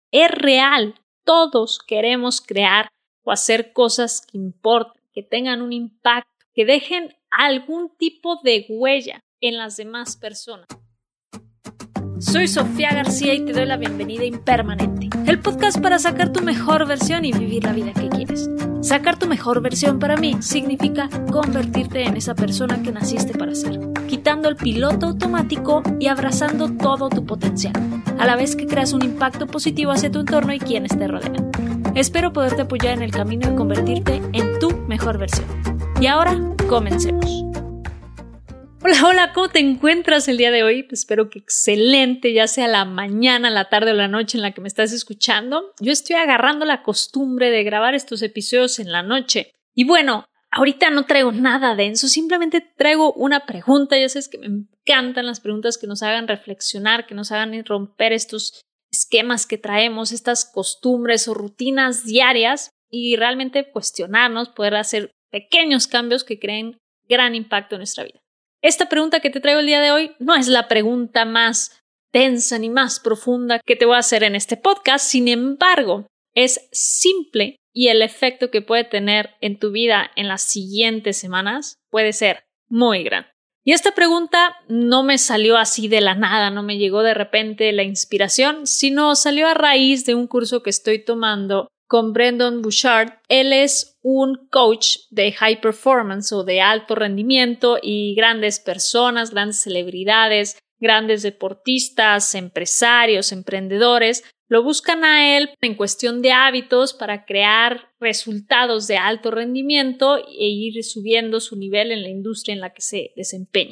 es real. Todos queremos crear o hacer cosas que importen, que tengan un impacto, que dejen algún tipo de huella en las demás personas. Soy Sofía García y te doy la bienvenida a Impermanente, el podcast para sacar tu mejor versión y vivir la vida que quieres. Sacar tu mejor versión para mí significa convertirte en esa persona que naciste para ser, quitando el piloto automático y abrazando todo tu potencial, a la vez que creas un impacto positivo hacia tu entorno y quienes te rodean. Espero poderte apoyar en el camino y convertirte en tu mejor versión. Y ahora, comencemos. Hola, ¿cómo te encuentras el día de hoy? Espero que excelente, ya sea la mañana, la tarde o la noche en la que me estás escuchando. Yo estoy agarrando la costumbre de grabar estos episodios en la noche. Y bueno, ahorita no traigo nada denso, simplemente traigo una pregunta. Ya sabes que me encantan las preguntas que nos hagan reflexionar, que nos hagan romper estos esquemas que traemos, estas costumbres o rutinas diarias y realmente cuestionarnos, poder hacer pequeños cambios que creen gran impacto en nuestra vida. Esta pregunta que te traigo el día de hoy no es la pregunta más densa ni más profunda que te voy a hacer en este podcast, sin embargo, es simple y el efecto que puede tener en tu vida en las siguientes semanas puede ser muy grande. Y esta pregunta no me salió así de la nada, no me llegó de repente la inspiración, sino salió a raíz de un curso que estoy tomando con Brendon Burchard. Él es un coach de high performance o de alto rendimiento y grandes personas, grandes celebridades, grandes deportistas, empresarios, emprendedores, lo buscan a él en cuestión de hábitos para crear resultados de alto rendimiento e ir subiendo su nivel en la industria en la que se desempeña.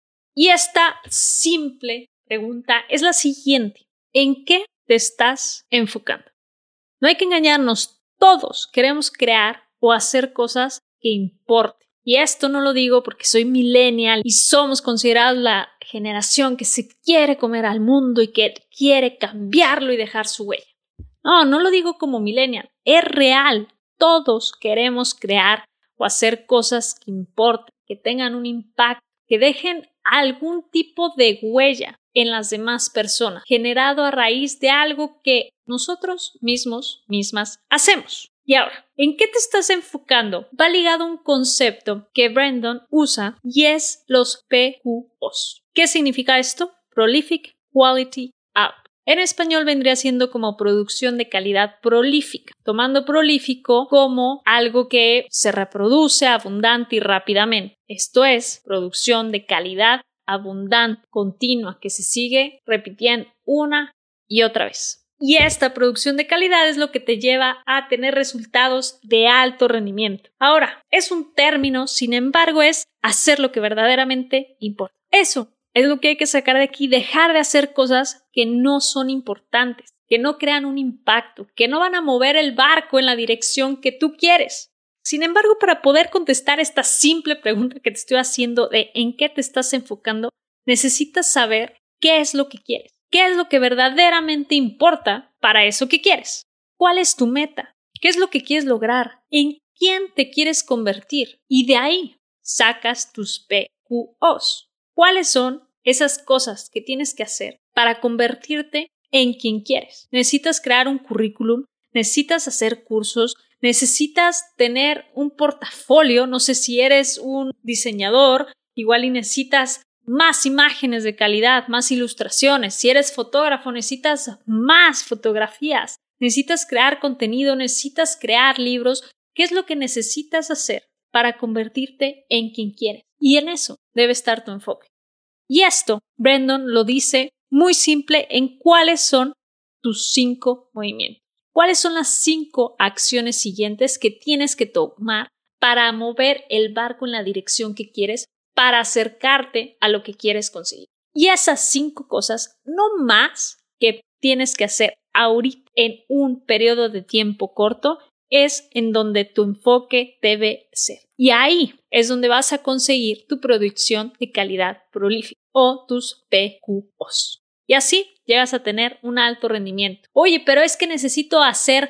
Y esta simple pregunta es la siguiente: ¿en qué te estás enfocando? No hay que engañarnos, todos queremos crear o hacer cosas que importen. Y esto no lo digo porque soy millennial y somos considerados la generación que se quiere comer al mundo y que quiere cambiarlo y dejar su huella. No lo digo como millennial, es real. Todos queremos crear o hacer cosas que importen, que tengan un impacto, que dejen algún tipo de huella en las demás personas, generado a raíz de algo que nosotros mismas hacemos. Y ahora, ¿en qué te estás enfocando? Va ligado a un concepto que Brendon usa y es los PQOs. ¿Qué significa esto? Prolific Quality Output. En español vendría siendo como producción de calidad prolífica, tomando prolífico como algo que se reproduce abundante y rápidamente. Esto es producción de calidad abundante, continua, que se sigue repitiendo una y otra vez. Y esta producción de calidad es lo que te lleva a tener resultados de alto rendimiento. Ahora, es un término, sin embargo, es hacer lo que verdaderamente importa. Eso es lo que hay que sacar de aquí, dejar de hacer cosas que no son importantes, que no crean un impacto, que no van a mover el barco en la dirección que tú quieres. Sin embargo, para poder contestar esta simple pregunta que te estoy haciendo de en qué te estás enfocando, necesitas saber qué es lo que quieres, qué es lo que verdaderamente importa para eso que quieres. ¿Cuál es tu meta? ¿Qué es lo que quieres lograr? ¿En quién te quieres convertir? Y de ahí sacas tus PQOs. ¿Cuáles son esas cosas que tienes que hacer para convertirte en quien quieres? Necesitas crear un currículum, necesitas hacer cursos, necesitas tener un portafolio, no sé si eres un diseñador, igual y necesitas más imágenes de calidad, más ilustraciones. Si eres fotógrafo, necesitas más fotografías, necesitas crear contenido, necesitas crear libros. ¿Qué es lo que necesitas hacer para convertirte en quien quieres? Y en eso debe estar tu enfoque. Y esto, Brendon lo dice muy simple en cuáles son tus 5 movimientos. ¿Cuáles son las 5 acciones siguientes que tienes que tomar para mover el barco en la dirección que quieres, para acercarte a lo que quieres conseguir? Y esas 5 cosas, no más que tienes que hacer ahorita en un periodo de tiempo corto, es en donde tu enfoque debe ser. Y ahí es donde vas a conseguir tu producción de calidad prolífica o tus PQOs. Y así llegas a tener un alto rendimiento. Oye, pero es que necesito hacer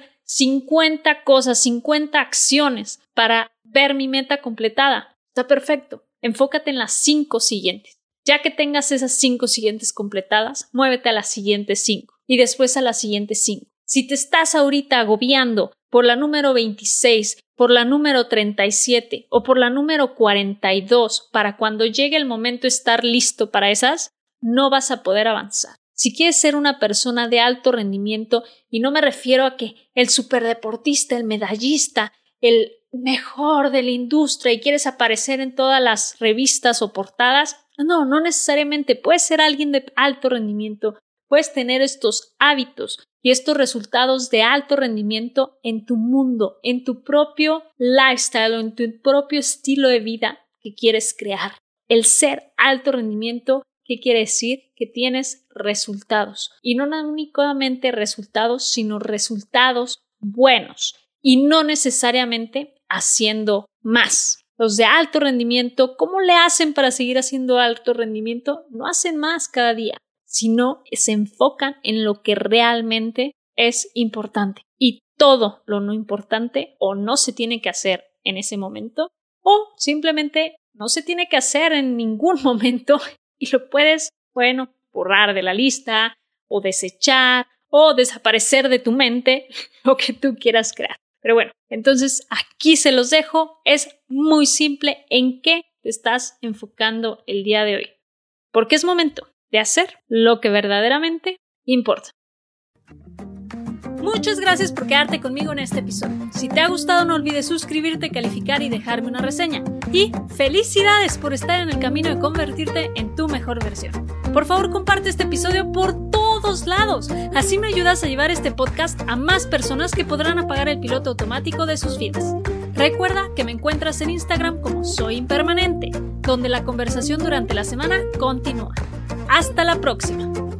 50 cosas, 50 acciones para ver mi meta completada. Está perfecto. Enfócate en las 5 siguientes. Ya que tengas esas 5 siguientes completadas, muévete a las siguientes 5 y después a las siguientes 5. Si te estás ahorita agobiando por la número 26, por la número 37 o por la número 42 para cuando llegue el momento estar listo para esas, no vas a poder avanzar. Si quieres ser una persona de alto rendimiento, y no me refiero a que el superdeportista, el medallista, el mejor de la industria y quieres aparecer en todas las revistas o portadas, no necesariamente. Puedes ser alguien de alto rendimiento, puedes tener estos hábitos y estos resultados de alto rendimiento en tu mundo, en tu propio lifestyle o en tu propio estilo de vida que quieres crear. El ser alto rendimiento, ¿qué quiere decir? Que tienes resultados. Y no únicamente resultados, sino resultados buenos. Y no necesariamente haciendo más. Los de alto rendimiento, ¿cómo le hacen para seguir haciendo alto rendimiento? No hacen más cada día, sino se enfocan en lo que realmente es importante. Y todo lo no importante o no se tiene que hacer en ese momento o simplemente no se tiene que hacer en ningún momento y lo puedes, borrar de la lista o desechar o desaparecer de tu mente, lo que tú quieras crear. Pero bueno, entonces aquí se los dejo. Es muy simple en qué te estás enfocando el día de hoy. Porque es momento de hacer lo que verdaderamente importa. Muchas gracias por quedarte conmigo en este episodio. Si te ha gustado, no olvides suscribirte, calificar y dejarme una reseña. Y felicidades por estar en el camino de convertirte en tu mejor versión. Por favor, comparte este episodio por todos lados. Así me ayudas a llevar este podcast a más personas que podrán apagar el piloto automático de sus vidas. Recuerda que me encuentras en Instagram como Soy Impermanente, donde la conversación durante la semana continúa. ¡Hasta la próxima!